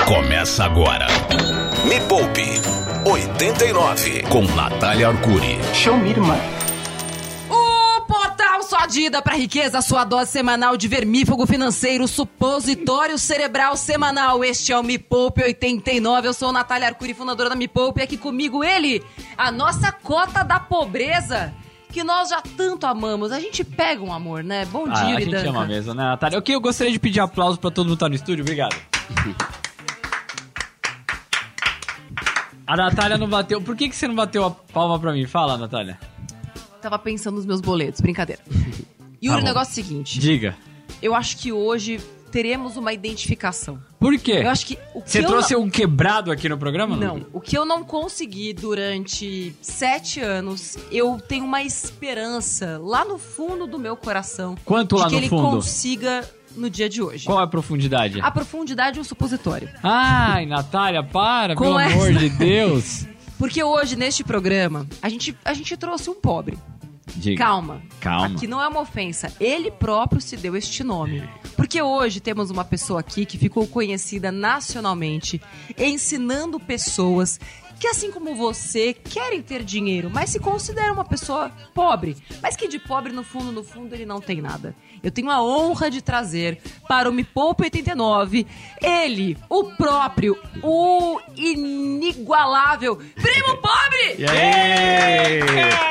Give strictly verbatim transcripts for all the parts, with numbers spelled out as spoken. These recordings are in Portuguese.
Começa agora. Me Poupe oitenta e nove com Natália Arcuri. Show me, irmã. O portal Só Dida pra Riqueza, sua dose semanal de vermífugo financeiro, supositório cerebral semanal. Este é o Me Poupe oitenta e nove. Eu sou Natália Arcuri, fundadora da Me Poupe. Aqui comigo ele, a nossa cota da pobreza, que nós já tanto amamos. A gente pega um amor, né? Bom dia, ah, Uridanka. A gente ama mesmo, né, Natália? Ok, eu gostaria de pedir aplauso pra todo mundo que tá no estúdio. Obrigado. A Natália não bateu... Por que, que você não bateu a palma pra mim? Fala, Natália. Tava pensando nos meus boletos, brincadeira. Yuri, Tá o negócio é o seguinte. Diga. Eu acho que hoje teremos uma identificação. Por quê? Eu acho que... O que Você eu trouxe não... um quebrado aqui no programa? Não. O que eu não consegui durante sete anos, eu tenho uma esperança lá no fundo do meu coração. Quanto de lá que no ele fundo? consiga no dia de hoje. Qual é a profundidade? A profundidade é um supositório. Ai, Natália, para, Com pelo essa- amor de Deus. Porque hoje, neste programa, a gente, a gente trouxe um pobre. Diga. Calma. Calma. Aqui não é uma ofensa. Ele próprio se deu este nome. Porque hoje temos uma pessoa aqui que ficou conhecida nacionalmente, ensinando pessoas que, assim como você, querem ter dinheiro, mas se consideram uma pessoa pobre. Mas que de pobre, no fundo, no fundo, ele não tem nada. Eu tenho a honra de trazer para o Me Poupe oitenta e nove ele, o próprio, o inigualável Primo Pobre! E aí?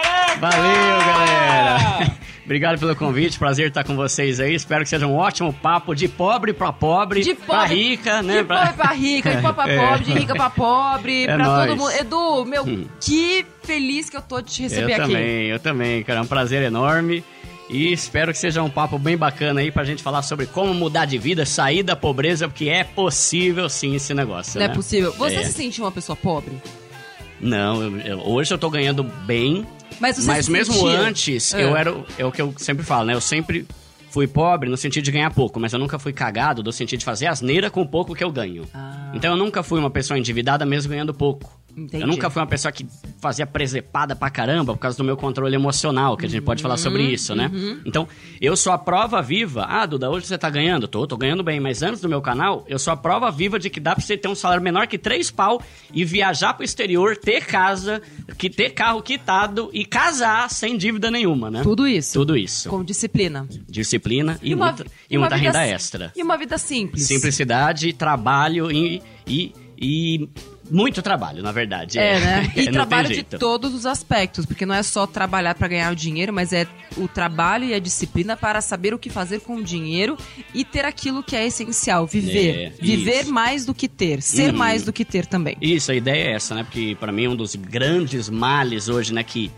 Valeu, galera. Obrigado pelo convite, prazer estar com vocês aí. Espero que seja um ótimo papo de pobre pra pobre, De pra pobre, rica, né? De pobre pra rica, de pobre pra É. pobre, de rica pra pobre, É pra nóis. todo mundo. Edu, meu, Hum. que feliz que eu tô de te receber Eu aqui. também, eu também, cara. É um prazer enorme. E espero que seja um papo bem bacana aí pra gente falar sobre como mudar de vida, sair da pobreza, porque é possível sim esse negócio, Não né? é possível. Você É. se sente uma pessoa pobre? Não, eu- eu- hoje eu tô ganhando bem, Mas você mas se mesmo sentia? antes, É. eu era, o- é o que eu sempre falo, né? Eu sempre fui pobre no sentido de ganhar pouco, mas eu nunca fui cagado no sentido de fazer asneira com o pouco que eu ganho. Ah. Então eu nunca fui uma pessoa endividada mesmo ganhando pouco. Entendi. Eu nunca fui uma pessoa que fazia presepada pra caramba por causa do meu controle emocional, que a gente pode falar sobre Uhum, isso, né? Então, eu sou a prova viva. Ah, Duda, hoje você tá ganhando? Tô, tô ganhando bem, mas antes do meu canal, eu sou a prova viva de que dá pra você ter um salário menor que três pau e viajar pro exterior, ter casa, que ter carro quitado e casar sem dívida nenhuma, né? Tudo isso. Tudo isso. Com disciplina. Disciplina e, uma- muita, e e uma muita vida renda si- extra. E uma vida simples. Simplicidade, trabalho e, e, e muito trabalho, na verdade. É, né? E Não trabalho tem de jeito. todos os aspectos, porque não é só trabalhar pra ganhar o dinheiro, mas é o trabalho e a disciplina para saber o que fazer com o dinheiro e ter aquilo que é essencial, viver. É, viver isso. mais do que ter, ser Uhum. mais do que ter também. Isso, a ideia é essa, né? Porque pra mim um dos grandes males hoje, né, que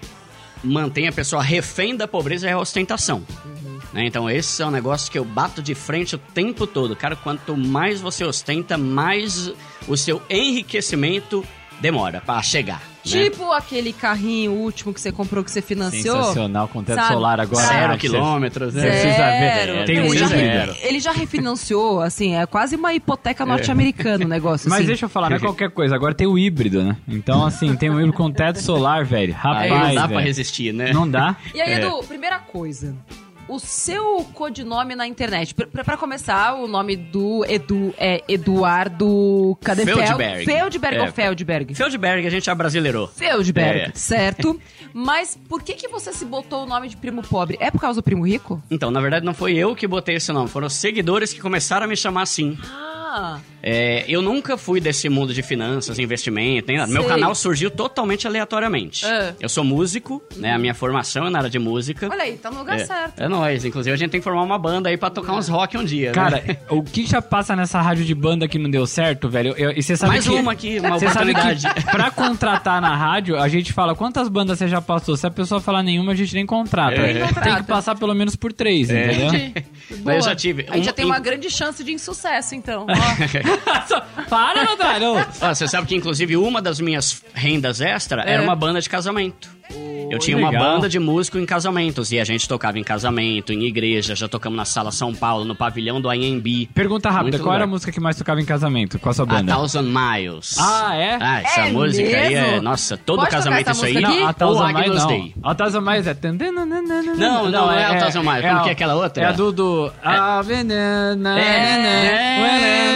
mantém a pessoa refém da pobreza é a ostentação. Né? Então esse é um negócio que eu bato de frente o tempo todo. Cara, quanto mais você ostenta, mais o seu enriquecimento demora pra chegar. Né? Tipo aquele carrinho último que você comprou, que você financiou. Sensacional, com teto Sabe? solar agora. Zero Ah, quilômetros, né? Você precisa Zero. ver. Tem ele, um já, zero. ele já refinanciou, assim, é quase uma hipoteca norte-americana o negócio. Mas assim. deixa eu falar, não é qualquer coisa. Agora tem o híbrido, né? Então, assim, tem um híbrido com teto solar, velho. Rapaz, Aí não dá velho. pra resistir, né? Não dá. E aí, É. Edu, primeira coisa. O seu codinome na internet. Pra, pra- pra começar, o nome do Edu é Eduardo... Cadê? Feldberg. Fel- Feldberg É. ou Feldberg? Feldberg a gente abrasileirou. Feldberg, É. certo. Mas por que que você se botou o nome de primo pobre? É por causa do primo rico? Então, na verdade, não foi eu que botei esse nome, foram os seguidores que começaram a me chamar assim. Ah, É, eu nunca fui desse mundo de finanças, investimento, nem nada. Meu Sei. canal surgiu totalmente aleatoriamente. É. Eu sou músico, né? A minha formação é na área de música. olha aí, tá no lugar é, certo. é nóis. Inclusive, a gente tem que formar uma banda aí pra tocar uns rock um dia, Cara, né? o que já passa nessa rádio de banda que não deu certo, velho? Eu- e você sabe Mais que, uma aqui, uma Você sabe oportunidade. que pra contratar na rádio, a gente fala quantas bandas você já passou. Se a pessoa falar nenhuma, a gente nem contrata. É. Nem contrata. Tem que passar pelo menos por três, entendeu? Boa. Eu já tive A gente um- já tem em- uma grande chance de insucesso, então. Ó. Só- Para, Natália! ô. Ó, você sabe que, inclusive, uma das minhas rendas extra É. era uma banda de casamento. Eu tinha legal. uma banda de músico em casamentos. E a gente tocava em casamento, em igreja. Já tocamos na Sala São Paulo, no pavilhão do I M B. Pergunta rápida, Muito qual era a lugar. música que mais tocava em casamento? Qual a sua A banda? Thousand Miles. Ah, é? Ah, essa É música aí é... mesmo? Nossa, todo Pode casamento tocar essa isso aí. música aqui? Não, a Ou Thousand Miles Agnus não. Dei. A Thousand Miles é... Não, não é a Thousand Miles. Como que é aquela outra? É a do... do... A venena... É.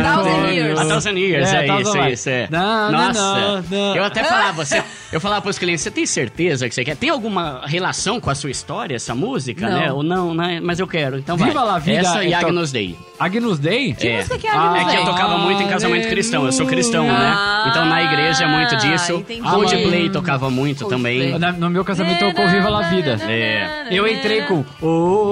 Thousand Years. A Thousand Years, É, é, Thousand isso, Years. isso, é. Não, não, Nossa, não, não. eu até falava, você, eu falava pros clientes, você tem certeza que você quer? Tem alguma relação com a sua história, essa música, Não. né? Ou não, né? Mas eu quero, então vai. Viva la vida, Essa e então- Agnus Dei. Agnus Dei? Que É. música que é Ah, Agnus É que eu Dei? tocava muito em casamento cristão, eu sou cristão, né? Ah, Então na igreja é muito disso. entendi. Coldplay tocava muito Coldplay. também. Na- No meu casamento tocou Viva la Vida. É. Eu entrei com... Oh,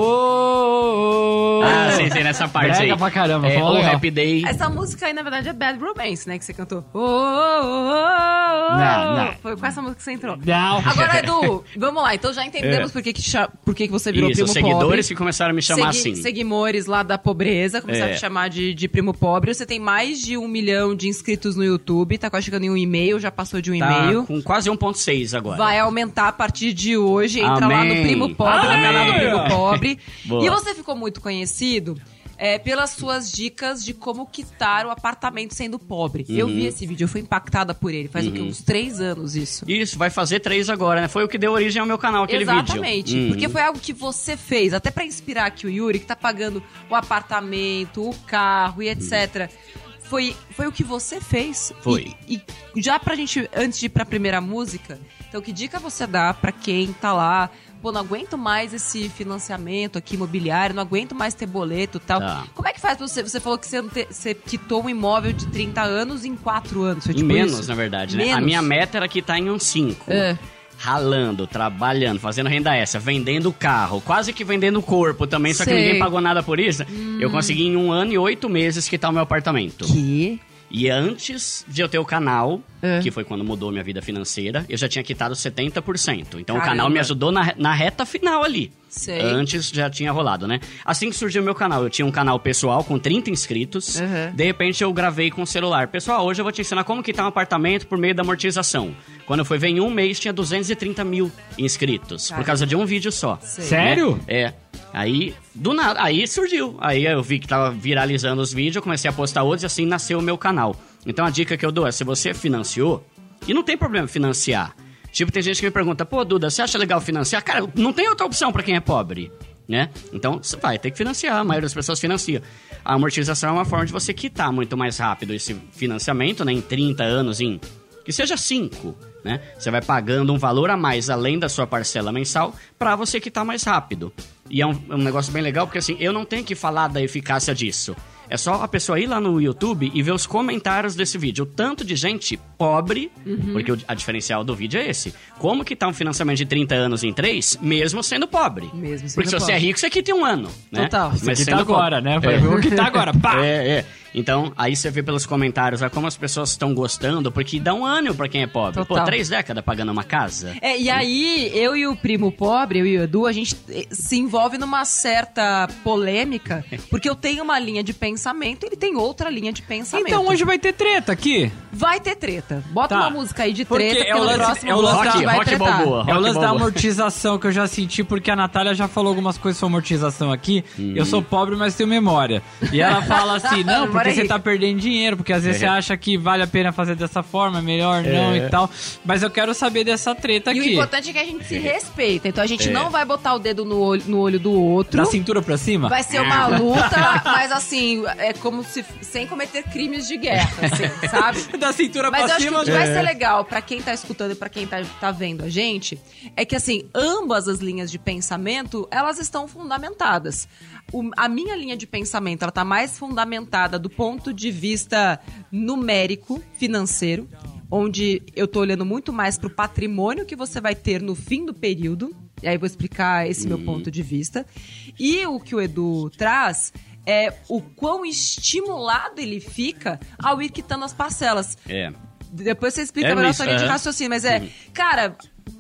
oh, oh. Ah, sim, sim, nessa parte Brega aí. pra caramba, É, falou o legal. Happy Day. Essa música aí, na verdade, é Bad Romance, né? Que você cantou. Oh, oh, oh, oh, oh. Não, não. Foi com essa música que você entrou. Não. Agora, Edu, vamos lá. Então já entendemos É. por que, que, cha- por que, que você virou Isso, primo seguidores pobre. que começaram a me chamar Segui- assim. Seguimores lá da pobreza, começaram É. a te chamar de, de primo pobre. Você tem mais de um milhão de inscritos no YouTube, tá quase chegando em um e-mail, já passou de um Tá e-mail. com quase um ponto seis agora. Vai aumentar a partir de hoje. Entra lá no Amém. Primo Pobre, no Amém. canal do Primo Pobre. Boa. E você ficou muito conhecido é, pelas suas dicas de como quitar o apartamento sendo pobre. Uhum. Eu vi esse vídeo, eu fui impactada por ele. Faz o quê? Uns três anos isso. Isso, vai fazer três agora, né? Foi o que deu origem ao meu canal, aquele Exatamente, vídeo. Uhum. porque foi algo que você fez, até pra inspirar aqui o Yuri, que tá pagando o apartamento, o carro e etcétera. Foi, foi o que você fez. Foi. E, e já pra gente, antes de ir pra primeira música, então que dica você dá pra quem tá lá, pô, não aguento mais esse financiamento aqui imobiliário, não aguento mais ter boleto e tal. Tá. Como é que faz pra você? Você falou que você, não te- você quitou um imóvel de trinta anos em quatro anos. Foi Em tipo menos, isso? na verdade, né? Menos? A minha meta era quitar em uns cinco. É. Ralando, trabalhando, fazendo renda extra, vendendo carro, quase que vendendo o corpo também, só que Sei. ninguém pagou nada por isso. Eu consegui em um ano e oito meses quitar o meu apartamento. Que? E antes de eu ter o canal, É. que foi quando mudou minha vida financeira, eu já tinha quitado setenta por cento. Então Caramba. o canal me ajudou na, na reta final ali. Sei. Antes já tinha rolado, né? Assim que surgiu o meu canal, eu tinha um canal pessoal com trinta inscritos. Uhum. De repente eu gravei com o celular. Pessoal, hoje eu vou te ensinar como quitar um apartamento por meio da amortização. Quando eu fui ver em um mês, tinha duzentos e trinta mil inscritos. Caramba. Por causa de um vídeo só. Sei. Sério? Né? É. Aí, do nada, aí surgiu. Aí eu vi que tava viralizando os vídeos, eu comecei a postar outros e assim nasceu o meu canal. Então a dica que eu dou é, se você financiou, e não tem problema financiar. Tipo, tem gente que me pergunta, pô, Duda, você acha legal financiar? Cara, não tem outra opção pra quem é pobre, né? Então, você vai ter que financiar, a maioria das pessoas financia. A amortização é uma forma de você quitar muito mais rápido esse financiamento, né? Em trinta anos, em... que seja cinco, né? Você vai pagando um valor a mais além da sua parcela mensal pra você quitar mais rápido. E é um, é um negócio bem legal, porque assim, eu não tenho que falar da eficácia disso. É só a pessoa ir lá no YouTube e ver os comentários desse vídeo. O tanto de gente pobre, porque o a diferencial do vídeo é esse. Como que tá um financiamento de trinta anos em três, mesmo sendo pobre? Mesmo sendo porque se você pobre. é rico, você quita em um ano, né? Total. Isso Mas aqui tá sendo pobre. agora, né? É. Vou quitar agora, pá! É, é. Então, aí você vê pelos comentários ah, como as pessoas estão gostando, porque dá um ânimo pra quem é pobre. Total. Pô, três décadas pagando uma casa. É, e aí, eu e o primo pobre, eu e o Edu, a gente eh, se envolve numa certa polêmica, porque eu tenho uma linha de pensamento e ele tem outra linha de pensamento. Então hoje vai ter treta aqui. Vai ter treta. Bota Tá. uma música aí de Porque treta, é porque o no lance- próximo é o bloco lance a gente da- vai rock tretar. balboa. É o Rock lance da balboa. amortização que eu já senti, porque a Natália já falou algumas coisas sobre amortização aqui. Eu sou pobre, mas tenho memória. E ela fala assim, não, porque Memória você rica. tá perdendo dinheiro, porque às vezes É. você acha que vale a pena fazer dessa forma, melhor não É. e tal. Mas eu quero saber dessa treta E o aqui. importante é que a gente se respeita. Então a gente É. não vai botar o dedo no olho, no olho do outro. Da cintura pra cima? Vai ser uma luta, mas assim, é como se sem cometer crimes de guerra, assim, sabe? Da cintura Mas eu pra acho que cima. o que vai ser legal pra quem tá escutando e pra quem tá, tá vendo a gente é que, assim, ambas as linhas de pensamento, elas estão fundamentadas. O- a minha linha de pensamento, ela tá mais fundamentada do ponto de vista numérico, financeiro, onde eu tô olhando muito mais pro patrimônio que você vai ter no fim do período. E aí eu vou explicar esse meu ponto de vista. E o que o Edu traz é o quão estimulado ele fica ao ir quitando as parcelas. É. Depois você explica É melhor a nisso, sua linha de aham. raciocínio, mas é, cara,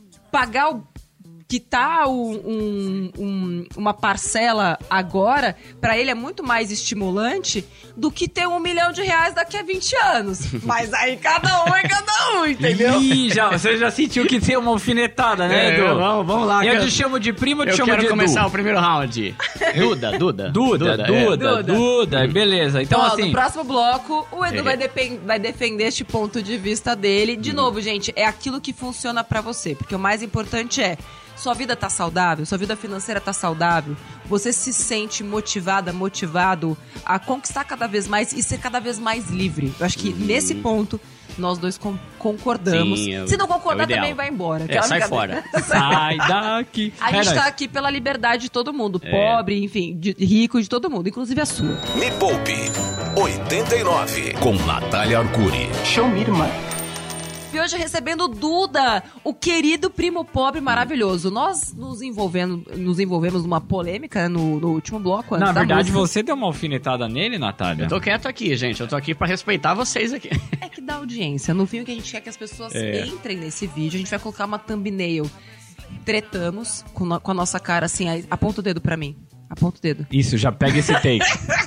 pagar o. Quitar um, um- um- uma parcela agora, pra ele é muito mais estimulante do que ter um milhão de reais daqui a vinte anos. Mas aí cada um é cada um, entendeu? Ih, já, você já sentiu que tem uma alfinetada, né, É, Edu? vamos, vamos lá. Eu que te chamo de primo, eu te eu chamo quero de começar Edu. o primeiro round. Duda, Duda. Duda, Duda, é. Duda, Duda. beleza. Então, Então, ó, assim... no próximo bloco, o Edu É. vai, depen- vai defender este ponto de vista dele. De novo, gente, é aquilo que funciona pra você. Porque o mais importante é, Sua vida tá saudável? Sua vida financeira tá saudável? Você se sente motivada, motivado a conquistar cada vez mais e ser cada vez mais livre? Eu acho que hum. nesse ponto nós dois com- concordamos. Sim, eu, se não concordar, é também vai embora. É, sai fora. Sai daqui. A gente é tá nóis. aqui pela liberdade de todo mundo. É. Pobre, enfim, de, rico, de todo mundo. Inclusive a sua. Me Poupe oitenta e nove com Natália Arcuri. Show me, irmã. E hoje recebendo o Duda, o querido primo pobre maravilhoso. Nós nos, envolvendo, nos envolvemos numa polêmica no, no último bloco. Antes Na da verdade, música. você deu uma alfinetada nele, Natália? Eu tô quieto aqui, gente. Eu tô aqui pra respeitar vocês aqui. É que dá audiência. No fim, o que a gente quer é que as pessoas É. entrem nesse vídeo. A gente vai colocar uma thumbnail. Tretamos com, no- com a nossa cara assim. Aí, aponta o dedo pra mim. Aponta o dedo. Isso, já pega esse take.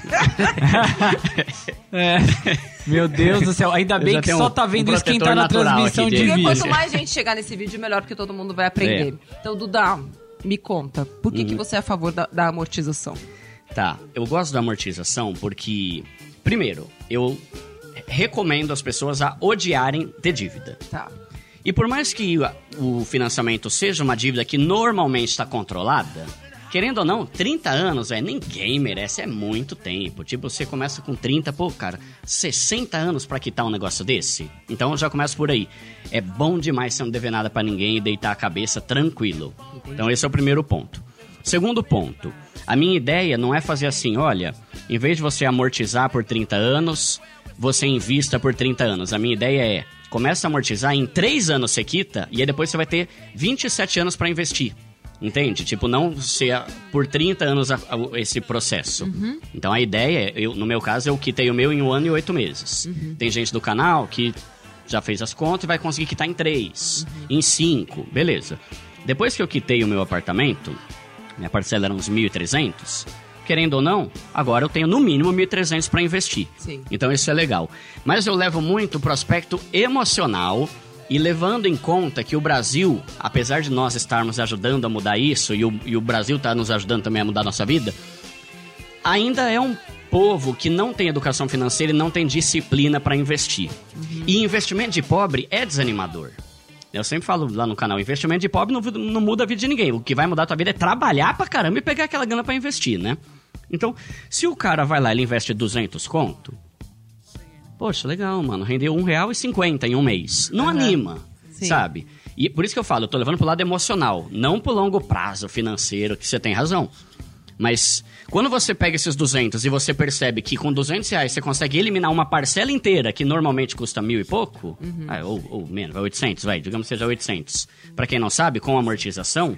É. Meu Deus do céu, ainda Eu bem já que tenho só um- tá vendo um isso quem tá protetor na natural transmissão aqui de dele. Porque vídeo. quanto mais gente chegar nesse vídeo, melhor, porque todo mundo vai aprender. Então, Duda, me conta. Por que, que você é a favor da, da amortização? Tá, eu gosto da amortização porque, primeiro, eu recomendo as pessoas a odiarem ter dívida. Tá. E por mais que o financiamento seja uma dívida que normalmente está controlada, querendo ou não, trinta anos, é ninguém merece, é muito tempo. Tipo, você começa com trinta, pô, cara, sessenta anos pra quitar um negócio desse? Então já começa por aí. É bom demais você não dever nada pra ninguém e deitar a cabeça tranquilo. Entendi. Então esse é o primeiro ponto. Segundo ponto, a minha ideia não é fazer assim, olha, em vez de você amortizar por trinta anos, você invista por trinta anos. A minha ideia é, começa a amortizar, em três anos você quita, e aí depois você vai ter vinte e sete anos pra investir. Entende? Tipo, não ser por trinta anos a, a, esse processo. Uhum. Então a ideia, eu, no meu caso, eu quitei o meu em um ano e oito meses. Uhum. Tem gente do canal que já fez as contas e vai conseguir quitar em três, Uhum. em cinco, beleza. Depois que eu quitei o meu apartamento, minha parcela era uns mil e trezentos, querendo ou não, agora eu tenho no mínimo mil e trezentos para investir. Sim. Então isso é legal. Mas eu levo muito o prospecto emocional e levando em conta que o Brasil, apesar de nós estarmos ajudando a mudar isso e o, e o Brasil está nos ajudando também a mudar a nossa vida, ainda é um povo que não tem educação financeira e não tem disciplina para investir. Uhum. E investimento de pobre é desanimador. Eu sempre falo lá no canal, investimento de pobre não, não muda a vida de ninguém. O que vai mudar a tua vida é trabalhar pra caramba e pegar aquela grana pra investir, né? Então, se o cara vai lá e ele investe duzentos conto, poxa, legal, mano, rendeu um real e cinquenta em um mês. Não Uhum. anima, Sim. sabe? E por isso que eu falo, eu tô levando pro lado emocional, não pro longo prazo financeiro, que você tem razão. Mas quando você pega esses duzentos e você percebe que com duzentos reais você consegue eliminar uma parcela inteira que normalmente custa mil e pouco, Uhum. ah, ou, ou menos, vai oitocentos, vai, digamos que seja oitocentos. Pra quem não sabe, com amortização,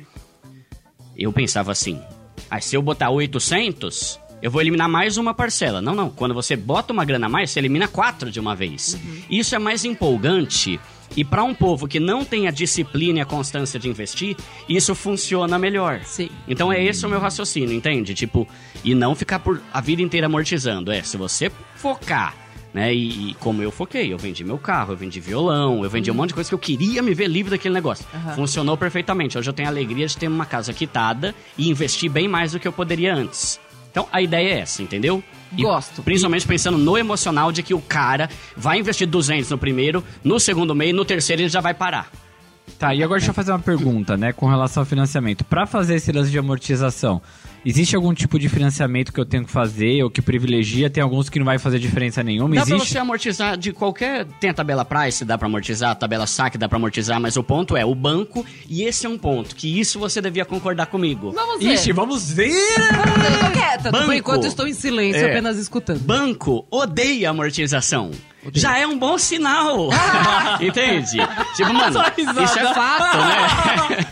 eu pensava assim, ah, se eu botar oitocentos, eu vou eliminar mais uma parcela. Não, não, quando você bota uma grana a mais, você elimina quatro de uma vez. Uhum. Isso é mais empolgante. E para um povo que não tem a disciplina e a constância de investir, isso funciona melhor. Sim. Então é esse o meu raciocínio, entende? Tipo, e não ficar por a vida inteira amortizando. É, se você focar, né? E, e como eu foquei, eu vendi meu carro, eu vendi violão, eu vendi um monte de coisa que eu queria me ver livre daquele negócio. Aham. Funcionou perfeitamente. Hoje eu tenho a alegria de ter uma casa quitada e investir bem mais do que eu poderia antes. Então a ideia é essa, entendeu? E Gosto. Principalmente pensando no emocional de que o cara vai investir duzentos no primeiro, no segundo mês, no terceiro ele já vai parar. Tá, e agora deixa eu fazer uma pergunta, né, com relação ao financiamento. Pra fazer esse lance de amortização, existe algum tipo de financiamento que eu tenho que fazer ou que privilegia? Tem alguns que não vai fazer diferença nenhuma? Dá pra Existe? você amortizar de qualquer... Tem a tabela price, dá pra amortizar, a tabela saque dá pra amortizar, mas o ponto é o banco, e esse é um ponto, que isso você devia concordar comigo. Vamos ver. Ixi, vamos ver! Eu tô quieta. Banco. Por enquanto estou em silêncio, É. apenas escutando. Banco odeia amortização. Já é um bom sinal. Entende? Tipo, mano, isso é fato, né?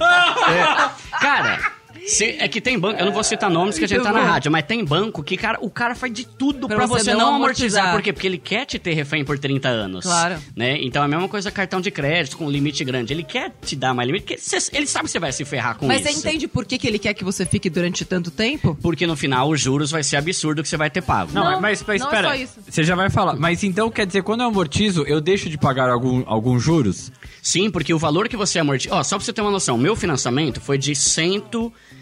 É. Cara... Se, é que tem banco, eu não vou citar nomes que a gente tá na rádio, mas tem banco que cara, o cara faz de tudo pra, Pra você, você não não amortizar. amortizar. Por quê? Porque ele quer te ter refém por trinta anos. Claro. Né? Então é a mesma coisa cartão de crédito com limite grande. Ele quer te dar mais limite, porque cê- ele sabe que você vai se ferrar com Mas isso. você entende por que, que ele quer que você fique durante tanto tempo? Porque no final os juros vai ser absurdo que você vai ter pago. Não, Não, mas, mas não é espera, só isso. você já vai falar. Mas então quer dizer, quando eu amortizo, eu deixo de pagar algum, alguns juros? Sim, porque o valor que você amortiza... Ó, só pra você ter uma noção, meu financiamento foi de cento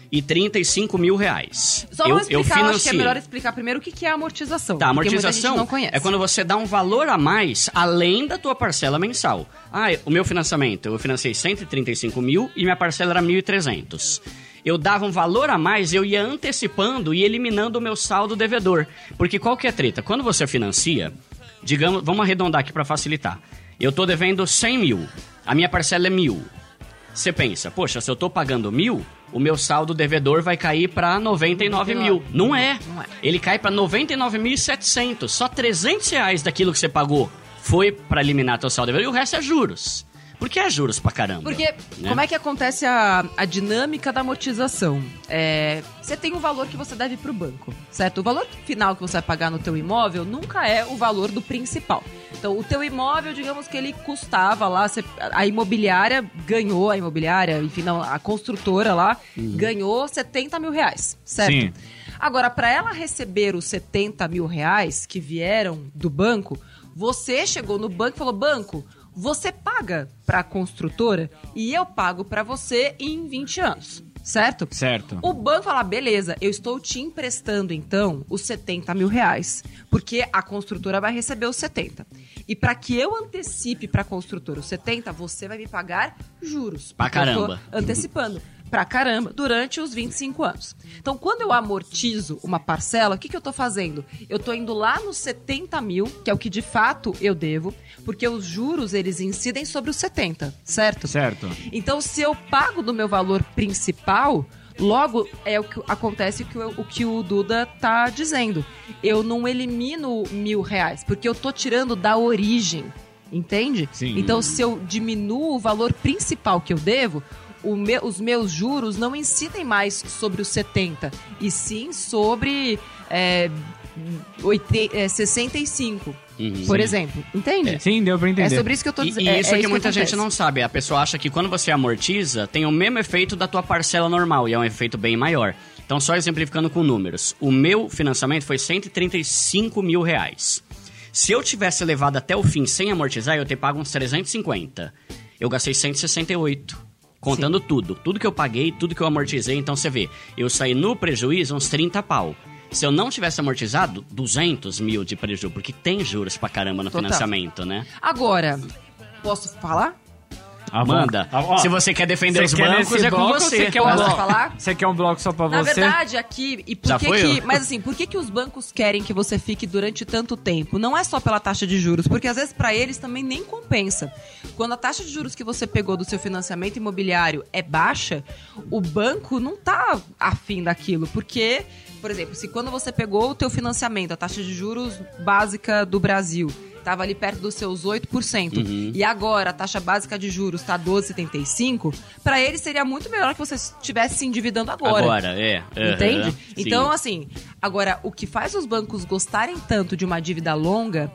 e trinta e cinco mil reais. Só eu, vamos explicar, eu financiei. acho que é melhor explicar primeiro o que que é a amortização. Tá, a porque muita amortização gente não conhece. é quando você dá um valor a mais além da tua parcela mensal. Ah, o meu financiamento, eu financei cento e trinta e cinco mil e minha parcela era mil e trezentos. Eu dava um valor a mais, eu ia antecipando e eliminando o meu saldo devedor. Porque qual que é a treta? Quando você financia, digamos, vamos arredondar aqui para facilitar. Eu tô devendo cem mil, a minha parcela é mil. Você pensa, poxa, se eu tô pagando mil, o meu saldo devedor vai cair para noventa e nove mil. Não é. Não é. Ele cai para noventa e nove mil e setecentos. Só trezentos reais daquilo que você pagou foi para eliminar teu saldo devedor e o resto é juros. Por que é juros pra caramba? Porque né? como é que acontece a, a dinâmica da amortização? É, você tem um valor que você deve pro banco, certo? O valor final que você vai pagar no teu imóvel nunca é o valor do principal. Então, o teu imóvel, digamos que ele custava lá, você, a imobiliária ganhou, a imobiliária, enfim, não, a construtora lá, uhum. ganhou setenta mil reais, certo? Sim. Agora, para ela receber os setenta mil reais que vieram do banco, você chegou no banco e falou, banco, você paga para a construtora e eu pago para você em vinte anos, certo? Certo. O banco fala, beleza, eu estou te emprestando então os setenta mil reais, porque a construtora vai receber os setenta. E para que eu antecipe para a construtora os setenta, você vai me pagar juros. Pra caramba. Eu tô antecipando. Pra caramba, durante os vinte e cinco anos. Então, quando eu amortizo uma parcela, o que, que eu tô fazendo? Eu tô indo lá nos setenta mil, que é o que de fato eu devo, porque os juros, eles incidem sobre os setenta, certo? Certo. Então, se eu pago do meu valor principal, logo é o que acontece o que o, o que o Duda tá dizendo. Eu não elimino mil reais, porque eu tô tirando da origem, entende? Sim. Então, se eu diminuo o valor principal que eu devo, O me, os meus juros não incidem mais sobre os setenta, e sim sobre é, oitenta, é, sessenta e cinco, uhum, por sim. exemplo. Entende? É. Sim, deu pra entender. É sobre isso que eu tô dizendo. E, e é, isso é que isso muita que gente não sabe. A pessoa acha que quando você amortiza, tem o mesmo efeito da tua parcela normal, e é um efeito bem maior. Então, só exemplificando com números. O meu financiamento foi cento e trinta e cinco mil reais. Se eu tivesse levado até o fim sem amortizar, eu teria pago uns trezentos e cinquenta. Eu gastei cento e sessenta e oito. Contando Sim. tudo. Tudo que eu paguei, tudo que eu amortizei. Então, você vê, eu saí no prejuízo uns trinta pau. Se eu não tivesse amortizado, duzentos mil de prejuízo. Porque tem juros pra caramba no Total. financiamento, né? Agora, posso falar? Amanda, ah, ó, se você quer defender os quer bancos, é com bloco, você. Você quer, um Posso bloco, falar? Você quer um bloco só pra Na você? Na verdade, aqui... E por Já que foi que, eu? mas assim, por que, que os bancos querem que você fique durante tanto tempo? Não é só pela taxa de juros, porque às vezes pra eles também nem compensa. Quando a taxa de juros que você pegou do seu financiamento imobiliário é baixa, o banco não tá afim daquilo, porque... Por exemplo, se quando você pegou o teu financiamento, a taxa de juros básica do Brasil estava ali perto dos seus oito por cento, uhum. e agora a taxa básica de juros está doze vírgula setenta e cinco, para eles seria muito melhor que você estivesse se endividando agora. Agora, é. Uhum. Entende? Sim. Então, assim, agora, o que faz os bancos gostarem tanto de uma dívida longa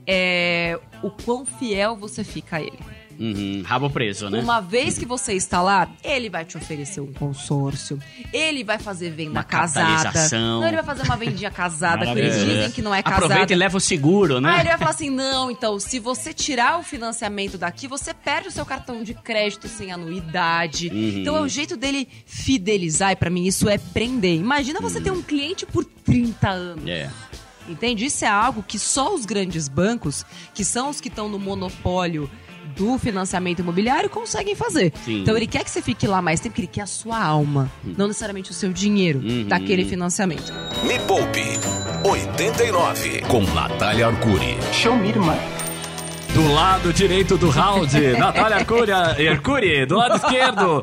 é o quão fiel você fica a ele. Uhum, rabo preso, né? Uma vez que você está lá, ele vai te oferecer um consórcio, ele vai fazer venda uma casada. Não, ele vai fazer uma vendinha casada, que eles dizem que não é casada. Aproveita e leva o seguro, né? Aí ele vai falar assim, não, então, se você tirar o financiamento daqui, você perde o seu cartão de crédito sem anuidade. Uhum. Então é o jeito dele fidelizar, e pra mim isso é prender. Imagina você uhum. ter um cliente por trinta anos. É. Entende? Isso é algo que só os grandes bancos, que são os que estão no monopólio do financiamento imobiliário, conseguem fazer. Sim. Então ele quer que você fique lá mais tempo, porque ele quer a sua alma, hum. não necessariamente o seu dinheiro uhum. daquele financiamento. Me Poupe oitenta e nove com Natália Arcuri. Show me, mano. Do lado direito do round, Natália Arcuri, Arcuri. Do lado esquerdo,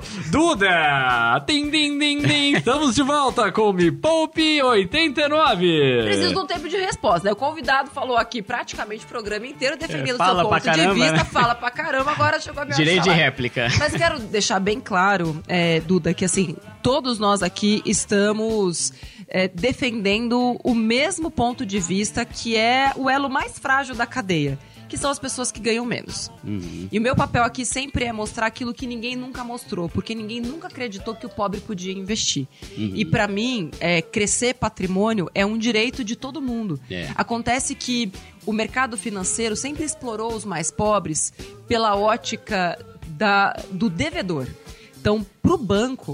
Duda. Tim, tim, tim, tim. Estamos de volta com Me Poupe oitenta e nove. Preciso de um tempo de resposta, né? O convidado falou aqui praticamente o programa inteiro defendendo o é, seu ponto caramba, de vista, né? Fala pra caramba, agora chegou a minha hora Direito de de réplica. Mas quero deixar bem claro, é, Duda, que assim, todos nós aqui estamos é, defendendo o mesmo ponto de vista, que é o elo mais frágil da cadeia, que são as pessoas que ganham menos. Uhum. E o meu papel aqui sempre é mostrar aquilo que ninguém nunca mostrou, porque ninguém nunca acreditou que o pobre podia investir. Uhum. E pra mim, é, crescer patrimônio é um direito de todo mundo. É. Acontece que o mercado financeiro sempre explorou os mais pobres pela ótica da, do devedor. Então, pro banco,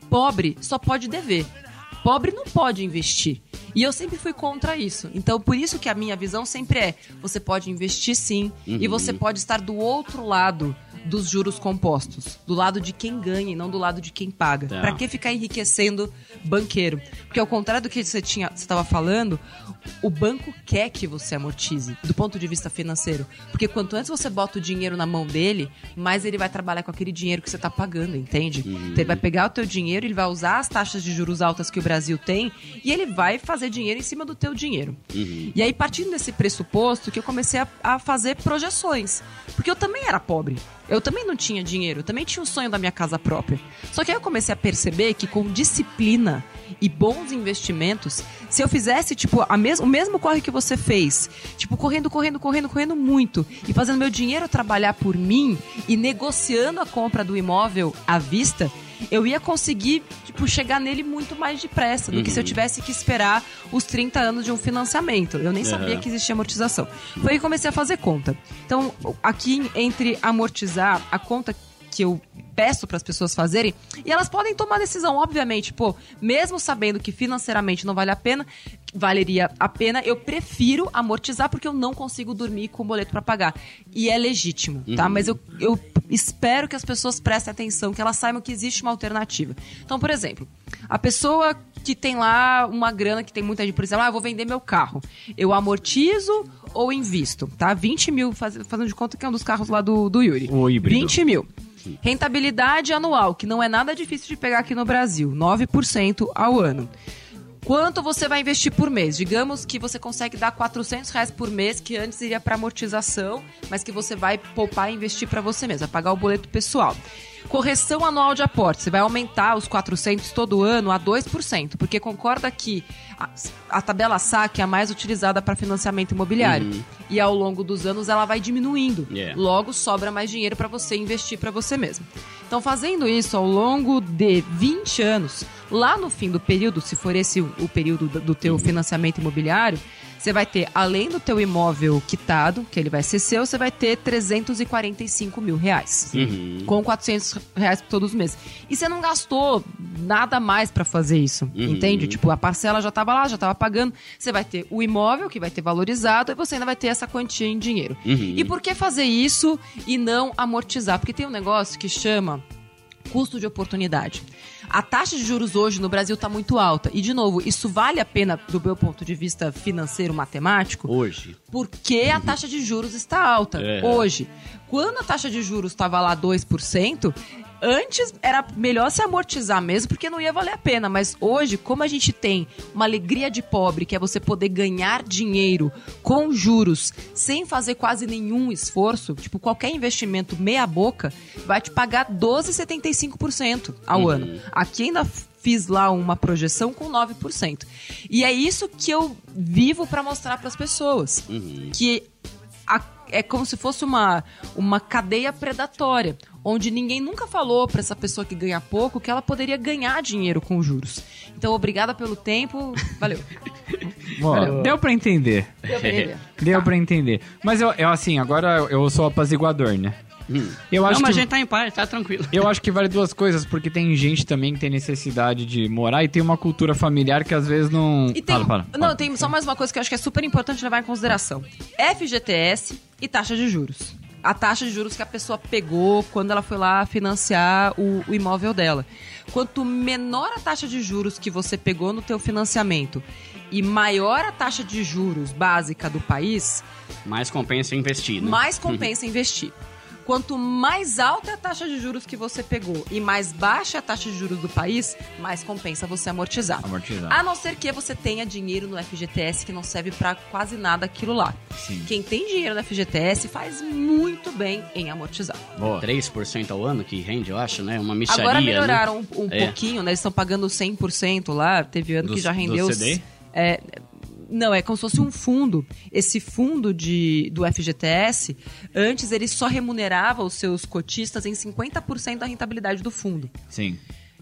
Pobre só pode dever. Pobre não pode investir. E eu sempre fui contra isso. Então, por isso que a minha visão sempre é, você pode investir sim, uhum. e você pode estar do outro lado dos juros compostos. Do lado de quem ganha e não do lado de quem paga. Tá. Pra que ficar enriquecendo banqueiro? Porque ao contrário do que você tinha, você estava falando, o banco quer que você amortize, do ponto de vista financeiro. Porque quanto antes você bota o dinheiro na mão dele, mais ele vai trabalhar com aquele dinheiro que você está pagando, entende? Uhum. Então ele vai pegar o teu dinheiro, ele vai usar as taxas de juros altas que o Brasil tem e ele vai fazer dinheiro em cima do teu dinheiro. Uhum. E aí, partindo desse pressuposto, que eu comecei a, a fazer projeções. Porque eu também era pobre. Eu também não tinha dinheiro, eu também tinha o sonho da minha casa própria. Só que aí eu comecei a perceber que com disciplina e bons investimentos, se eu fizesse, tipo, a mes- o mesmo corre que você fez, tipo, correndo, correndo, correndo, correndo muito, e fazendo meu dinheiro trabalhar por mim, e negociando a compra do imóvel à vista, eu ia conseguir, tipo, chegar nele muito mais depressa do uhum. que se eu tivesse que esperar os trinta anos de um financiamento. Eu nem uhum. sabia que existia amortização. Foi aí que comecei a fazer conta. Então, aqui, entre amortizar, a conta que eu peço para as pessoas fazerem, e elas podem tomar decisão, obviamente, pô, mesmo sabendo que financeiramente não vale a pena, valeria a pena, eu prefiro amortizar porque eu não consigo dormir com o boleto para pagar. E é legítimo, tá? Uhum. Mas eu, eu espero que as pessoas prestem atenção, que elas saibam que existe uma alternativa. Então, por exemplo, a pessoa que tem lá uma grana, que tem muita gente, por exemplo, ah, eu vou vender meu carro. Eu amortizo ou invisto, tá? vinte mil, faz, fazendo de conta que é um dos carros lá do, do Yuri. O híbrido. vinte mil. Rentabilidade anual, que não é nada difícil de pegar aqui no Brasil, nove por cento ao ano. Quanto você vai investir por mês? Digamos que você consegue dar quatrocentos reais por mês, que antes iria para amortização, mas que você vai poupar e investir para você mesmo, vai pagar o boleto pessoal. Correção anual de aporte, você vai aumentar os quatrocentos todo ano a dois por cento, porque concorda que a, a tabela saque é a mais utilizada para financiamento imobiliário. Uhum. E ao longo dos anos ela vai diminuindo. Yeah. Logo sobra mais dinheiro para você investir para você mesmo. Então, fazendo isso ao longo de vinte anos, lá no fim do período, se for esse o, o período do, do teu uhum. financiamento imobiliário, você vai ter, além do teu imóvel quitado, que ele vai ser seu, você vai ter trezentos e quarenta e cinco mil reais. Uhum. Com quatrocentos reais todos os meses. E você não gastou nada mais pra fazer isso, uhum. entende? Tipo, a parcela já tava lá, já tava pagando. Você vai ter o imóvel, que vai ter valorizado, e você ainda vai ter essa quantia em dinheiro. Uhum. E por que fazer isso e não amortizar? Porque tem um negócio que chama custo de oportunidade. A taxa de juros hoje no Brasil está muito alta. E, de novo, isso vale a pena do meu ponto de vista financeiro, matemático? Hoje. Porque a taxa de juros está alta. É. Hoje. Quando a taxa de juros estava lá dois por cento, antes era melhor se amortizar mesmo, porque não ia valer a pena. Mas hoje, como a gente tem uma alegria de pobre, que é você poder ganhar dinheiro com juros sem fazer quase nenhum esforço, tipo, qualquer investimento meia boca, vai te pagar doze vírgula setenta e cinco por cento ao uhum. ano. Aqui ainda fiz lá uma projeção com nove por cento. E é isso que eu vivo para mostrar para as pessoas. Uhum. Que a, é como se fosse uma, uma cadeia predatória, onde ninguém nunca falou para essa pessoa que ganha pouco que ela poderia ganhar dinheiro com juros. Então, obrigada pelo tempo. Valeu. Bom, Valeu. Deu para entender. Deu para entender. Deu para entender. Mas eu, eu, assim, agora eu sou apaziguador, né? Hum. Eu acho não, mas que, a gente tá em paz, tá tranquilo. Eu acho que vale duas coisas, porque tem gente também que tem necessidade de morar e tem uma cultura familiar que às vezes não... E tem, fala, fala, fala. Não, tem só mais uma coisa que eu acho que é super importante levar em consideração. F G T S e taxa de juros. A taxa de juros que a pessoa pegou quando ela foi lá financiar o, o imóvel dela. Quanto menor a taxa de juros que você pegou no teu financiamento e maior a taxa de juros básica do país... Mais compensa investir, né? Mais compensa investir. Quanto mais alta é a taxa de juros que você pegou e mais baixa é a taxa de juros do país, mais compensa você amortizar. Amortizar. A não ser que você tenha dinheiro no F G T S que não serve pra quase nada aquilo lá. Sim. Quem tem dinheiro no F G T S faz muito bem em amortizar. Boa. três por cento ao ano que rende, eu acho, né? Uma micharia, agora melhoraram né? um, um é. pouquinho, né? Eles estão pagando cem por cento lá. Teve ano do, que já rendeu... Do C D? É, não, é como se fosse um fundo. Esse fundo de, do F G T S, antes ele só remunerava os seus cotistas em cinquenta por cento da rentabilidade do fundo. Sim.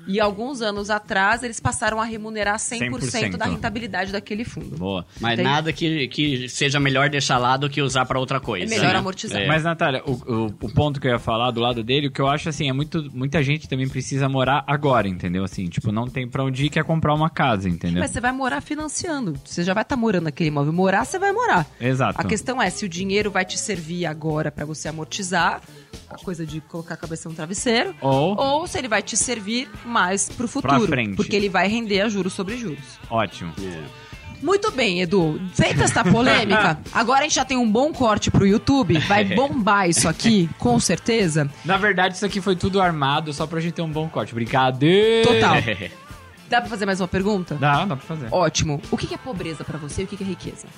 E alguns anos atrás, eles passaram a remunerar cem por cento, cem por cento da rentabilidade daquele fundo. Boa. Mas Tem- nada que, que seja melhor deixar lá do que usar pra outra coisa. É melhor né? amortizar. É. Mas, Natália, o, o, o ponto que eu ia falar do lado dele, o que eu acho, assim, é muito... Muita gente também precisa morar agora, entendeu? Assim, tipo, não tem pra onde ir, quer comprar uma casa, entendeu? Mas você vai morar financiando. Você já vai estar morando naquele imóvel. Morar, você vai morar. Exato. A questão é se o dinheiro vai te servir agora pra você amortizar, a coisa de colocar a cabeça no travesseiro, Ou- ou se ele vai te servir mais pro futuro. frente. Porque ele vai render a juros sobre juros. Ótimo. Muito bem, Edu. Feita esta polêmica, agora a gente já tem um bom corte pro YouTube. Vai bombar isso aqui, com certeza. Na verdade, isso aqui foi tudo armado só pra gente ter um bom corte. Brincadeira. Total. Dá pra fazer mais uma pergunta? Dá, dá pra fazer. Ótimo. O que que é pobreza pra você e o que que é riqueza?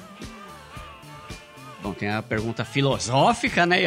Bom, tem a pergunta filosófica, né?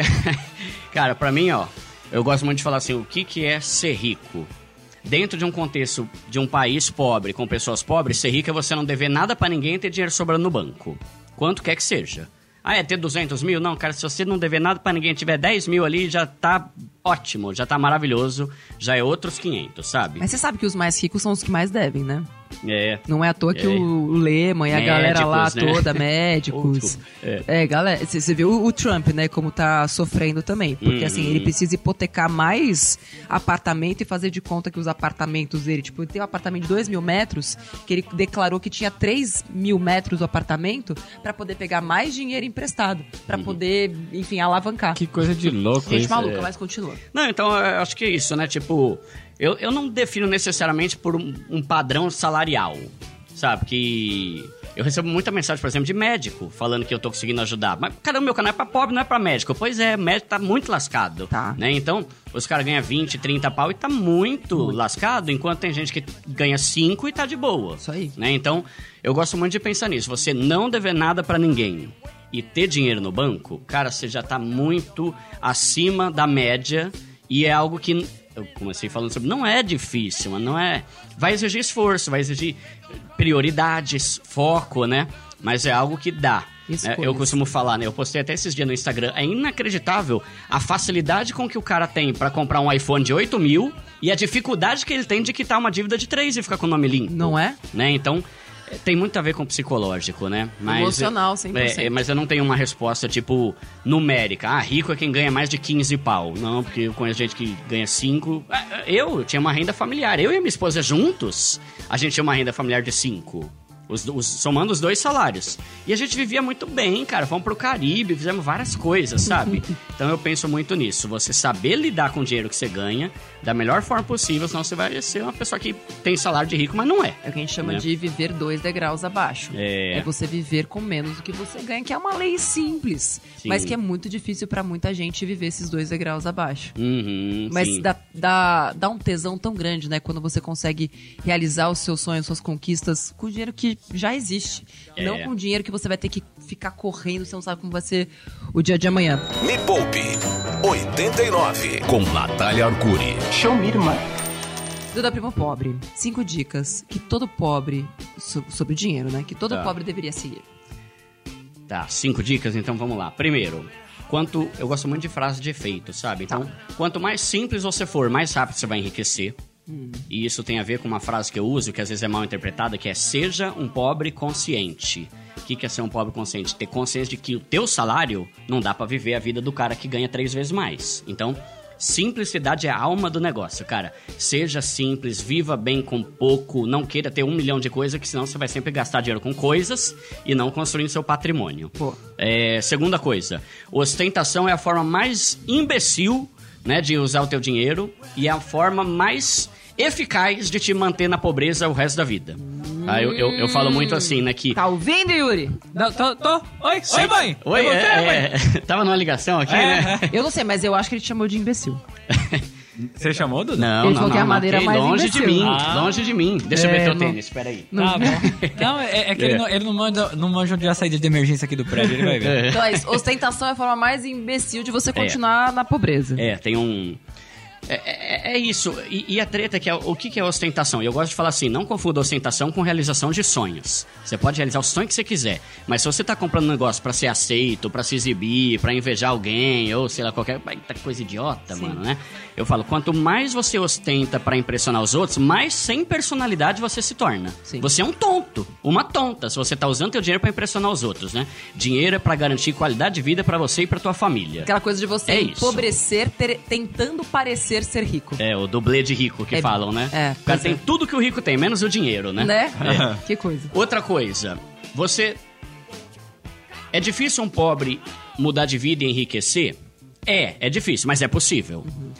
Cara, pra mim, ó, eu gosto muito de falar assim, o que, que é ser rico? Dentro de um contexto de um país pobre, com pessoas pobres, ser rico é você não dever nada pra ninguém e ter dinheiro sobrando no banco. Quanto quer que seja. Ah, é ter duzentos mil? Não, cara, se você não dever nada pra ninguém, tiver dez mil ali, já tá ótimo, já tá maravilhoso, já é outros quinhentos, sabe? Mas você sabe que os mais ricos são os que mais devem, né? É. Não é à toa que É. o Lehman e a Médicos, galera lá né? toda, Oh, médicos. desculpa. É. É, galera, você viu o, o Trump, né, como tá sofrendo também. Porque Uhum. assim, ele precisa hipotecar mais apartamento e fazer de conta que os apartamentos dele, tipo, ele tem um apartamento de dois mil metros, que ele declarou que tinha três mil metros o apartamento, pra poder pegar mais dinheiro emprestado, pra Uhum. poder, enfim, alavancar. Que coisa de louco Gente isso. maluca, é. mas continua. Não, então eu acho que é isso, né? Tipo, eu, eu não defino necessariamente por um, um padrão salarial, sabe? Que eu recebo muita mensagem, por exemplo, de médico falando que eu tô conseguindo ajudar. Mas, caramba, meu canal é pra pobre, não é pra médico. Pois é, médico tá muito lascado. Tá. Né? Então, os caras ganham vinte, trinta pau e tá muito, lascado, enquanto tem gente que ganha cinco e tá de boa. Isso aí. Né? Então, eu gosto muito de pensar nisso. Você não dever nada pra ninguém e ter dinheiro no banco, cara, você já tá muito acima da média e é algo que, eu comecei falando sobre, não é difícil, mas não é... Vai exigir esforço, vai exigir prioridades, foco, né? Mas é algo que dá. Né? Escolhas. Eu costumo falar, né? Eu postei até esses dias no Instagram. É inacreditável a facilidade com que o cara tem pra comprar um iPhone de oito mil e a dificuldade que ele tem de quitar uma dívida de três e ficar com o nome limpo. Não é? Né? Então, é, tem muito a ver com o psicológico, né? Emocional, cem por cento. É, é, mas eu não tenho uma resposta, tipo, numérica. Ah, rico é quem ganha mais de quinze pau. Não, porque eu conheço gente que ganha cinco. Eu tinha uma renda familiar. Eu e minha esposa juntos, a gente tinha uma renda familiar de cinco. Os, os, somando os dois salários. E a gente vivia muito bem, cara. Fomos pro Caribe, fizemos várias coisas, sabe? Então eu penso muito nisso. Você saber lidar com o dinheiro que você ganha da melhor forma possível, senão você vai ser uma pessoa que tem salário de rico, mas não é. É o que a gente chama Né? de viver dois degraus abaixo. É. você viver com menos do que você ganha, que é uma lei simples. Sim. Mas que é muito difícil pra muita gente viver esses dois degraus abaixo. Uhum, Mas sim. dá, dá, dá um tesão tão grande, né? Quando você consegue realizar os seus sonhos, suas conquistas com dinheiro que já existe. É. Não com dinheiro que você vai ter que ficar correndo, você não sabe como vai ser o dia de amanhã. Me Poupe oitenta e nove com Natália Arcuri. Show me, irmã. Duda Primo Pobre. Cinco dicas que todo pobre, so- sobre dinheiro, né? Que todo Tá. pobre deveria seguir. Tá, cinco dicas, então vamos lá. Primeiro, quanto... Eu gosto muito de frase de efeito, sabe? Então, quanto mais simples você for, mais rápido você vai enriquecer. E isso tem a ver com uma frase que eu uso, que às vezes é mal interpretada, que é seja um pobre consciente. O que que é ser um pobre consciente? Ter consciência de que o teu salário não dá pra viver a vida do cara que ganha três vezes mais. Então, simplicidade é a alma do negócio, cara. Seja simples, viva bem com pouco, não queira ter um milhão de coisas, que senão você vai sempre gastar dinheiro com coisas e não construindo seu patrimônio. Pô. É, segunda coisa, ostentação é a forma mais imbecil, né, de usar o teu dinheiro e é a forma mais eficaz de te manter na pobreza o resto da vida. Ah, eu, eu, eu falo muito assim, né, que... Tá ouvindo, Yuri? Não, tô, tô. Oi, oi, mãe. Oi, É você, é, mãe? é, tava numa ligação aqui, né? Eu não sei, mas eu acho que ele te chamou de imbecil. Você chamou, Duda? Não, Ele não, falou não, que é a não, maneira que mais longe de imbecil. mim, Ah. longe de mim. Deixa eu É, ver teu não- tênis, peraí. Tá bom. Não, é, é que ele, não, ele não, manda, não manja onde é a saída de emergência aqui do prédio, ele vai ver. Então é isso. Ostentação é a forma mais imbecil de você continuar na pobreza. É, tem um... É, é, é isso. E, e a treta que é o que, que é ostentação? E eu gosto de falar assim, não confunda ostentação com realização de sonhos. Você pode realizar o sonho que você quiser, mas se você tá comprando um negócio pra ser aceito, pra se exibir, pra invejar alguém, ou sei lá, qualquer coisa idiota, Sim. mano, né? Eu falo, quanto mais você ostenta pra impressionar os outros, mais sem personalidade você se torna. Sim. Você é um tonto, uma tonta, se você tá usando teu dinheiro pra impressionar os outros, né? Dinheiro é pra garantir qualidade de vida pra você e pra tua família. Aquela coisa de você é empobrecer ter, tentando parecer ser rico. É, o dublê de rico que é, falam, né? É, o cara tem é. tudo que o rico tem, menos o dinheiro, né? Né? É. Que coisa. Outra coisa, você... É difícil um pobre mudar de vida e enriquecer? É, é difícil, mas é possível. Uhum.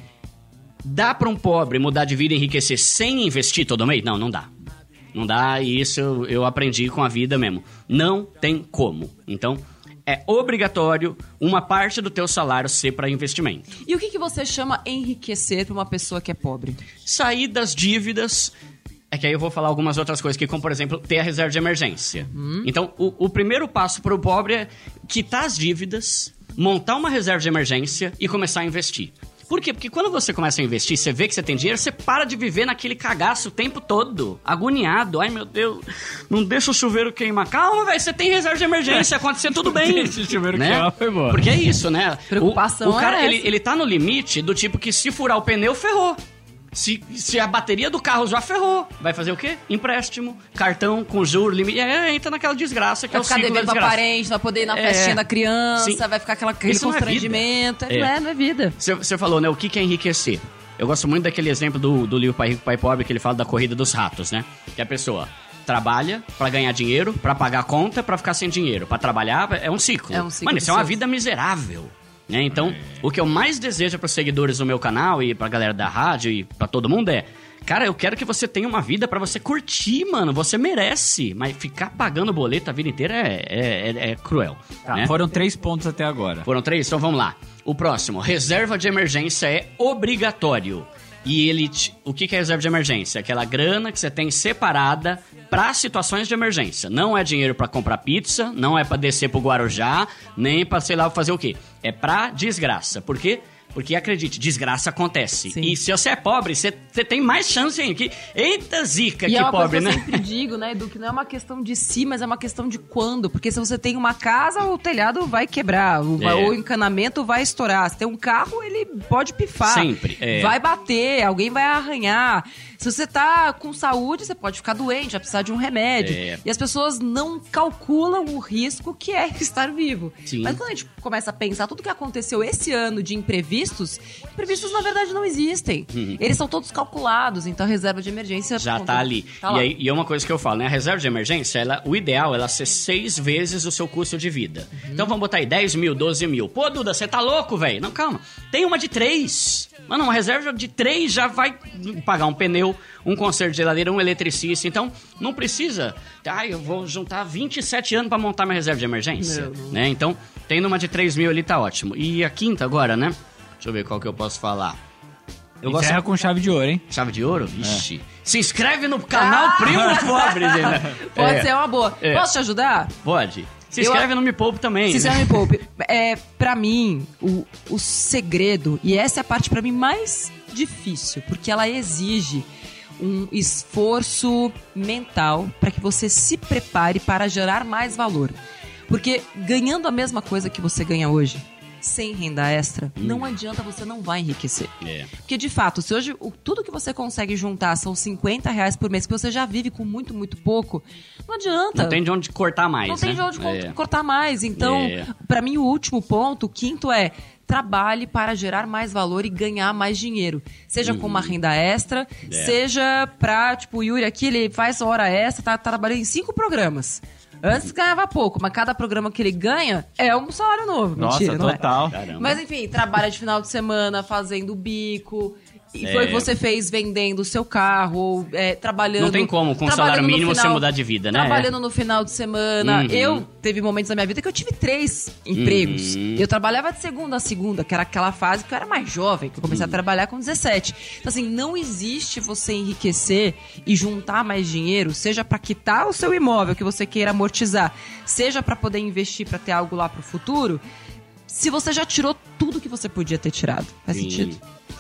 Dá pra um pobre mudar de vida e enriquecer sem investir todo mês? Não, não dá. Não dá, e isso eu, eu aprendi com a vida mesmo. Não tem como. Então... É obrigatório uma parte do teu salário ser para investimento. E o que, que você chama enriquecer para uma pessoa que é pobre? Sair das dívidas. É que aí eu vou falar algumas outras coisas, que como, por exemplo, ter a reserva de emergência. Hum. Então, o, o primeiro passo para o pobre é quitar as dívidas, montar uma reserva de emergência e começar a investir. Por quê? Porque quando você começa a investir, você vê que você tem dinheiro, você para de viver naquele cagaço o tempo todo, agoniado. Ai, meu Deus, não deixa o chuveiro queimar. Calma, velho, você tem reserva de emergência, acontecer tudo bem. Deixa o chuveiro né? queimar, foi bom. Porque é isso, né? Preocupação o, o cara, é ele, ele tá no limite do tipo que se furar o pneu, ferrou. Se, se a bateria do carro já ferrou, vai fazer o quê? Empréstimo, cartão com juros, limite. É, entra naquela desgraça que vai é o ciclo da desgraça. Vai ficar devendo pra parente, vai poder ir na é, festinha da criança, sim. vai ficar aquela, aquele Isso constrangimento. Não é, não, é, não é vida. Você falou, né? O que, que é enriquecer? Eu gosto muito daquele exemplo do, do livro Pai Rico, Pai Pobre, que ele fala da corrida dos ratos, né? Que a pessoa trabalha pra ganhar dinheiro, pra pagar a conta, pra ficar sem dinheiro. Pra trabalhar, é um ciclo. É um ciclo. Mano, isso é uma vida miserável. Né? Então, o que eu mais desejo para os seguidores do meu canal e pra galera da rádio e pra todo mundo é... Cara, eu quero que você tenha uma vida pra você curtir, mano. Você merece. Mas ficar pagando boleto a vida inteira é, é, é, é cruel. Tá, né? Foram três pontos até agora. Foram três? Então vamos lá. O próximo. Reserva de emergência é obrigatório. E ele... O que é reserva de emergência? Aquela grana que você tem separada para situações de emergência. Não é dinheiro para comprar pizza, não é para descer pro Guarujá, nem para sei lá fazer o quê. É pra desgraça. Por quê? Porque, acredite, desgraça acontece. Sim. E se você é pobre, você, você tem mais chance ainda. Que, eita zica, e que é uma pobre, coisa né? Que eu sempre digo, né, Edu, que não é uma questão de si, mas é uma questão de quando. Porque se você tem uma casa, o telhado vai quebrar, o, é. o encanamento vai estourar. Se tem um carro, ele pode pifar. Sempre. É. Vai bater, alguém vai arranhar. Se você tá com saúde, você pode ficar doente, vai precisar de um remédio. É. E as pessoas não calculam o risco que é estar vivo. Sim. Mas quando a gente começa a pensar tudo que aconteceu esse ano de imprevistos, imprevistos na verdade não existem. Uhum. Eles são todos calculados, então a reserva de emergência... Já tá ali. Tá e, aí, e é uma coisa que eu falo, né? A reserva de emergência, ela, o ideal é ela ser seis vezes o seu custo de vida. Uhum. Então vamos botar aí dez mil, doze mil. Pô, Duda, você tá louco, velho? Não, calma. Tem uma de três. Mano, uma reserva de três já vai pagar um pneu, um conserto de geladeira, um eletricista. Então, não precisa... Ah, eu vou juntar vinte e sete anos pra montar minha reserva de emergência. Não, não. Né? Então, tendo uma de três mil ali, tá ótimo. E a quinta agora, né? Deixa eu ver qual que eu posso falar. Eu Encerra gosto... com chave de ouro, hein? Chave de ouro? Ixi. É. Se inscreve no canal ah! Primo Pobre, né? Pode é. ser uma boa. É. Posso te ajudar? Pode. Se inscreve eu... no Me Poupe também. Se né? inscreve no Me Poupe. É, pra mim, o, o segredo, e essa é a parte pra mim mais difícil, porque ela exige um esforço mental para que você se prepare para gerar mais valor. Porque ganhando a mesma coisa que você ganha hoje, sem renda extra, hum. não adianta, você não vai enriquecer. É. Porque, de fato, se hoje o, tudo que você consegue juntar são cinquenta reais por mês, que você já vive com muito, muito pouco, não adianta. Não tem de onde cortar mais, Não né? tem de onde é. cortar mais. Então, é. pra mim, o último ponto, o quinto é... trabalhe para gerar mais valor e ganhar mais dinheiro. Seja uhum. com uma renda extra, é. seja pra, tipo, o Yuri aqui, ele faz hora extra, tá, tá trabalhando em cinco programas. Antes ganhava pouco, mas cada programa que ele ganha é um salário novo. Nossa, mentira, não total. É? Mas enfim, trabalha de final de semana, fazendo bico... E foi o é. que você fez vendendo o seu carro, ou é, trabalhando... Não tem como, com salário mínimo, final, você mudar de vida, né? Trabalhando no final de semana. Uhum. Eu, teve momentos da minha vida que eu tive três empregos. Uhum. Eu trabalhava de segunda a segunda, que era aquela fase que eu era mais jovem, que eu comecei uhum. a trabalhar com dezessete. Então, assim, não existe você enriquecer e juntar mais dinheiro, seja pra quitar o seu imóvel que você queira amortizar, seja pra poder investir pra ter algo lá pro futuro, se você já tirou tudo que você podia ter tirado. Faz Sim. sentido?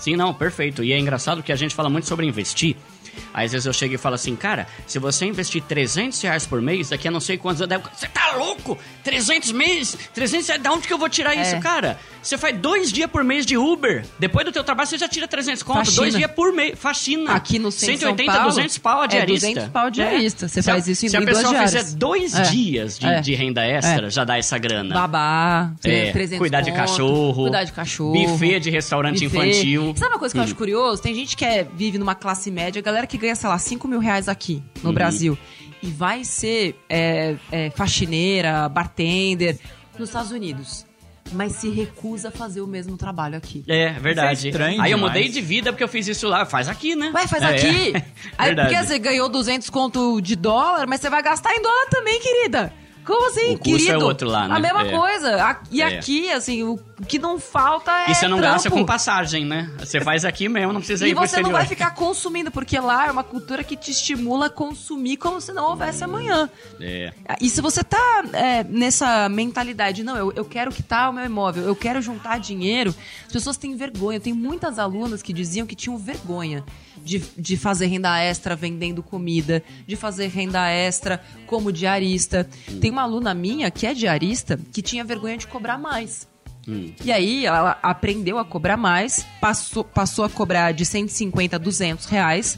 Sim, não, perfeito. E é engraçado que a gente fala muito sobre investir. Aí às vezes eu chego e falo assim, cara, se você investir trezentos reais por mês, daqui a não sei quantos anos... Você tá louco? trezentos meses? trezentos reais? Da onde que eu vou tirar É. isso, cara? Você faz dois dias por mês de Uber. Depois do teu trabalho, você já tira trezentos conto. Faxina. Dois dias por mês. Faxina. Aqui no centro de cento e oitenta, São Paulo, duzentos pau a diarista. É duzentos pau a diarista. Você Se a- faz isso em Se a em duas pessoa diárias. fizer dois É. dias de, É. de renda extra, É. já dá essa grana. Babá, É, trezentos cuidar de conto, cachorro. Cuidar de cachorro. Buffet de restaurante buffet. infantil. Sabe uma coisa que eu acho curioso? Tem gente que é, vive numa classe média, galera que ganha, sei lá, cinco mil reais aqui no Uhum. Brasil. E vai ser é, é, faxineira, bartender nos Estados Unidos. Mas se recusa a fazer o mesmo trabalho aqui. É, verdade. Isso é estranho Aí eu demais. mudei de vida porque eu fiz isso lá. Faz aqui, né? Vai, faz É, aqui. é. Aí Verdade. porque você ganhou duzentos conto de dólar, mas você vai gastar em dólar também, querida. Como assim, O custo querido? é outro lá, né? A mesma É. coisa. A- E É. aqui, assim, o que não falta é E você não trampo. gasta com passagem, né? Você faz aqui mesmo, não precisa ir E pro você não exterior. vai ficar consumindo, porque lá é uma cultura que te estimula a consumir como se não houvesse amanhã. É. E se você tá é, nessa mentalidade, não, eu, eu quero quitar o meu imóvel, eu quero juntar dinheiro, as pessoas têm vergonha. Tem muitas alunas que diziam que tinham vergonha de, de fazer renda extra vendendo comida, de fazer renda extra como diarista. Tem uma aluna minha que é diarista que tinha vergonha de cobrar mais. Hum. E aí ela aprendeu a cobrar mais, passou, passou a cobrar de cento e cinquenta a duzentos reais.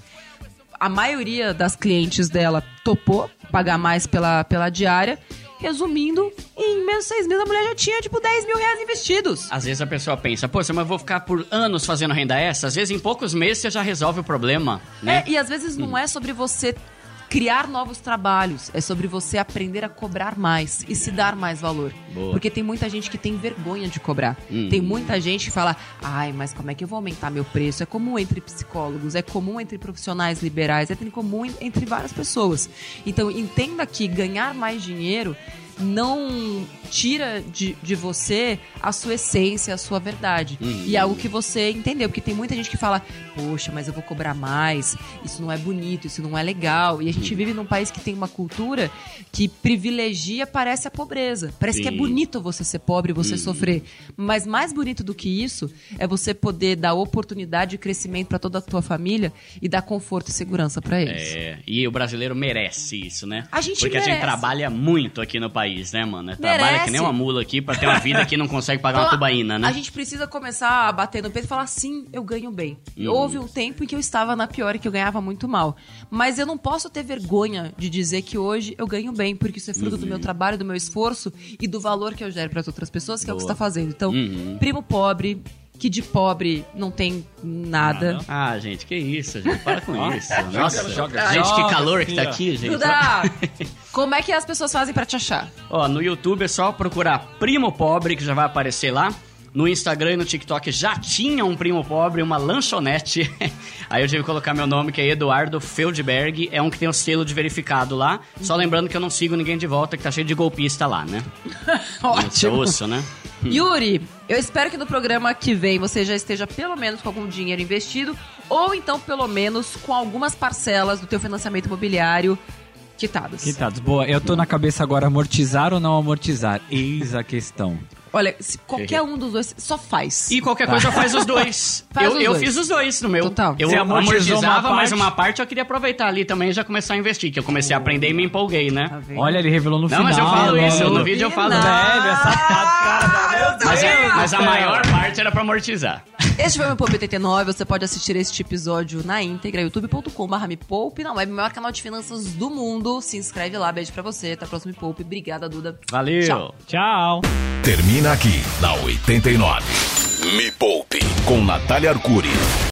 A maioria das clientes dela topou pagar mais pela, pela diária. Resumindo, em menos de seis meses a mulher já tinha tipo dez mil reais investidos. Às vezes a pessoa pensa, pô, mas eu vou ficar por anos fazendo renda extra? Às vezes em poucos meses você já resolve o problema, né? É, e às vezes não é sobre você criar novos trabalhos, é sobre você aprender a cobrar mais e se dar mais valor. Boa. Porque tem muita gente que tem vergonha de cobrar. Hum. Tem muita gente que fala, ai, mas como é que eu vou aumentar meu preço? É comum entre psicólogos, é comum entre profissionais liberais, é comum entre várias pessoas. Então, entenda que ganhar mais dinheiro não tira de, de você a sua essência, a sua verdade. Uhum. E é algo que você entendeu. Porque tem muita gente que fala, poxa, mas eu vou cobrar mais, isso não é bonito, isso não é legal. E a gente vive num país que tem uma cultura que privilegia, parece a pobreza. Parece Sim. que é bonito você ser pobre, você sofrer. Mas mais bonito do que isso é você poder dar oportunidade de crescimento para toda a tua família e dar conforto e segurança para eles. É, e o brasileiro merece isso, né? A gente Porque a gente merece. trabalha muito aqui no país, né, mano? Trabalha Merece. que nem uma mula aqui pra ter uma vida que não consegue pagar uma Então, tubaína, né? A gente precisa começar a bater no peito e falar, sim, eu ganho bem. Uhum. Houve um tempo em que eu estava na pior e que eu ganhava muito mal. Mas eu não posso ter vergonha de dizer que hoje eu ganho bem, porque isso é fruto Uhum. do meu trabalho, do meu esforço e do valor que eu gero para as outras pessoas, que é o que você Boa. está fazendo. Então, Uhum. primo pobre, que de pobre não tem nada. Ah, gente, que isso, gente. Para com isso. Nossa, joga, gente, joga, que calor que tá filha. aqui, gente. Duda, como é que as pessoas fazem para te achar? Ó, no YouTube é só procurar Primo Pobre, que já vai aparecer lá. No Instagram e no TikTok já tinha um Primo Pobre, uma lanchonete. Aí eu tive que colocar meu nome, que é Eduardo Feldberg. É um que tem o selo de verificado lá. Só lembrando que eu não sigo ninguém de volta, que tá cheio de golpista lá, né? Ótimo. Osso, né? Yuri, eu espero que no programa que vem você já esteja pelo menos com algum dinheiro investido ou então pelo menos com algumas parcelas do teu financiamento imobiliário quitadas. Quitados. Boa, eu tô na cabeça agora, amortizar ou não amortizar? Eis a questão. Olha, se qualquer um dos dois só faz. E qualquer coisa faz os dois. Faz eu os eu dois. fiz os dois no meu. Total. Eu Você amortizou amortizava, uma mas parte? uma parte eu queria aproveitar ali também e já começar a investir. Que eu comecei a aprender e me empolguei, Tá né? vendo? Olha, ele revelou no Não, final. mas eu falo né? isso, eu no vídeo eu falo. Não. Velho, essa cara, Mas, é- mas a céu. maior parte era pra amortizar. Este foi o Me Poupe oitenta e nove. Você pode assistir este episódio na íntegra, youtube ponto com barra Me Poupe, na web, o maior canal de finanças do mundo. Se inscreve lá, beijo pra você. Até o próximo Me Poupe. Obrigada, Duda. Valeu. Tchau. Tchau. Termina aqui na oitenta e nove. Me Poupe com Natália Arcuri.